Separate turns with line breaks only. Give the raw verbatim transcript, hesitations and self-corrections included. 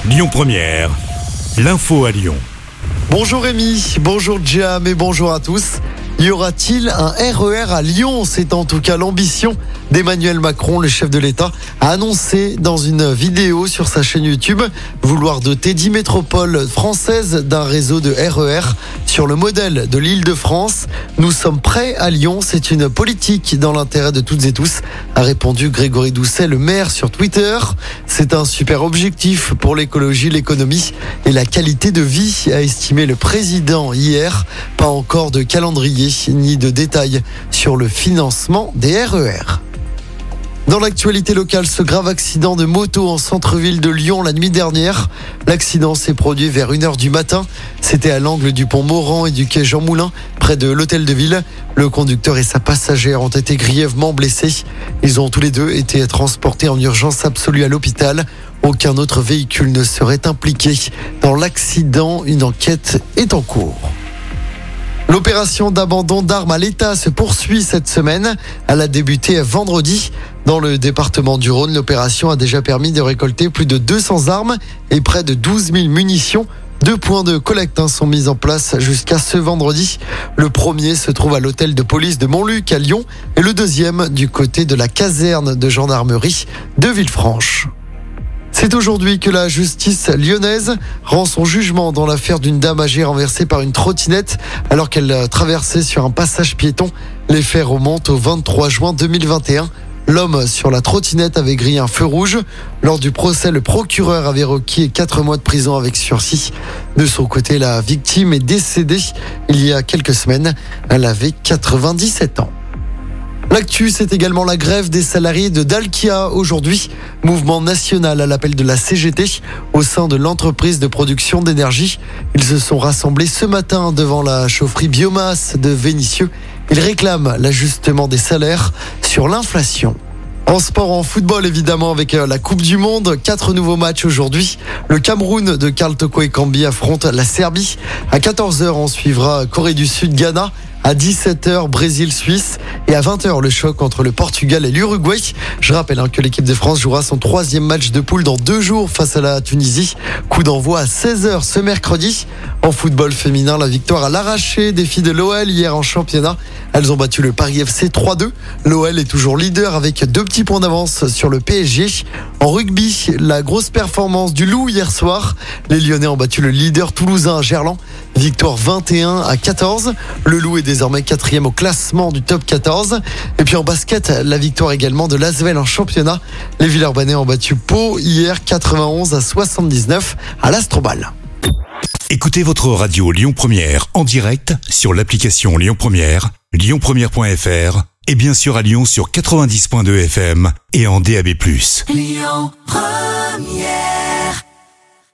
Lyon Première, l'info à Lyon.
Bonjour Rémi, bonjour Jam et bonjour à tous. Y aura-t-il un R E R à Lyon ? C'est en tout cas l'ambition d'Emmanuel Macron, le chef de l'État, a annoncé dans une vidéo sur sa chaîne YouTube vouloir doter dix métropoles françaises d'un réseau de R E R sur le modèle de l'Île-de-France. Nous sommes prêts à Lyon, c'est une politique dans l'intérêt de toutes et tous, a répondu Grégory Doucet, le maire, sur Twitter. C'est un super objectif pour l'écologie, l'économie et la qualité de vie, a estimé le président hier. Pas encore de calendrier ni de détails sur le financement des R E R. Dans l'actualité locale, ce grave accident de moto en centre-ville de Lyon la nuit dernière. L'accident s'est produit vers une heure du matin. C'était à l'angle du pont Morand et du quai Jean Moulin, près de l'hôtel de ville. Le conducteur et sa passagère ont été grièvement blessés. Ils ont tous les deux été transportés en urgence absolue à l'hôpital. Aucun autre véhicule ne serait impliqué dans l'accident. Une enquête est en cours. L'opération d'abandon d'armes à l'État se poursuit cette semaine. Elle a débuté vendredi. Dans le département du Rhône, l'opération a déjà permis de récolter plus de deux cents armes et près de douze mille munitions. Deux points de collecte hein, sont mis en place jusqu'à ce vendredi. Le premier se trouve à l'hôtel de police de Montluc à Lyon et le deuxième du côté de la caserne de gendarmerie de Villefranche. C'est aujourd'hui que la justice lyonnaise rend son jugement dans l'affaire d'une dame âgée renversée par une trottinette alors qu'elle traversait sur un passage piéton. Les faits remontent au vingt-trois juin deux mille vingt et un. L'homme sur la trottinette avait grillé un feu rouge. Lors du procès, le procureur avait requis quatre mois de prison avec sursis. De son côté, la victime est décédée il y a quelques semaines. Elle avait quatre-vingt-dix-sept ans. L'actu, c'est également la grève des salariés de Dalkia aujourd'hui. Mouvement national à l'appel de la C G T au sein de l'entreprise de production d'énergie. Ils se sont rassemblés ce matin devant la chaufferie biomasse de Vénissieux. Ils réclament l'ajustement des salaires sur l'inflation. En sport, en football évidemment avec la Coupe du Monde, quatre nouveaux matchs aujourd'hui. Le Cameroun de Karl Toko Ekambi affronte la Serbie. À quatorze heures, on suivra Corée du Sud-Ghana. À dix-sept heures, Brésil-Suisse. Et à vingt heures, le choc entre le Portugal et l'Uruguay. Je rappelle hein, que l'équipe de France jouera son troisième match de poule dans deux jours face à la Tunisie. Coup d'envoi à seize heures ce mercredi. En football féminin, la victoire à l'arraché des filles de l'O L hier en championnat. Elles ont battu le Paris F C trois deux. L'O L est toujours leader avec deux petits points d'avance sur le P S G. En rugby, la grosse performance du Loup hier soir. Les Lyonnais ont battu le leader toulousain à Gerland. Victoire vingt et un à quatorze. Le Loup est désormais quatrième au classement du top quatorze. Et puis en basket, la victoire également de l'Asvel en championnat. Les Villeurbanais ont battu Pau hier quatre-vingt-onze à soixante-dix-neuf à l'Astrobal.
Écoutez votre radio Lyon Première en direct sur l'application Lyon Première, lyon première point f r et bien sûr à Lyon sur quatre-vingt-dix point deux F M et en D A B plus.
Lyon Première.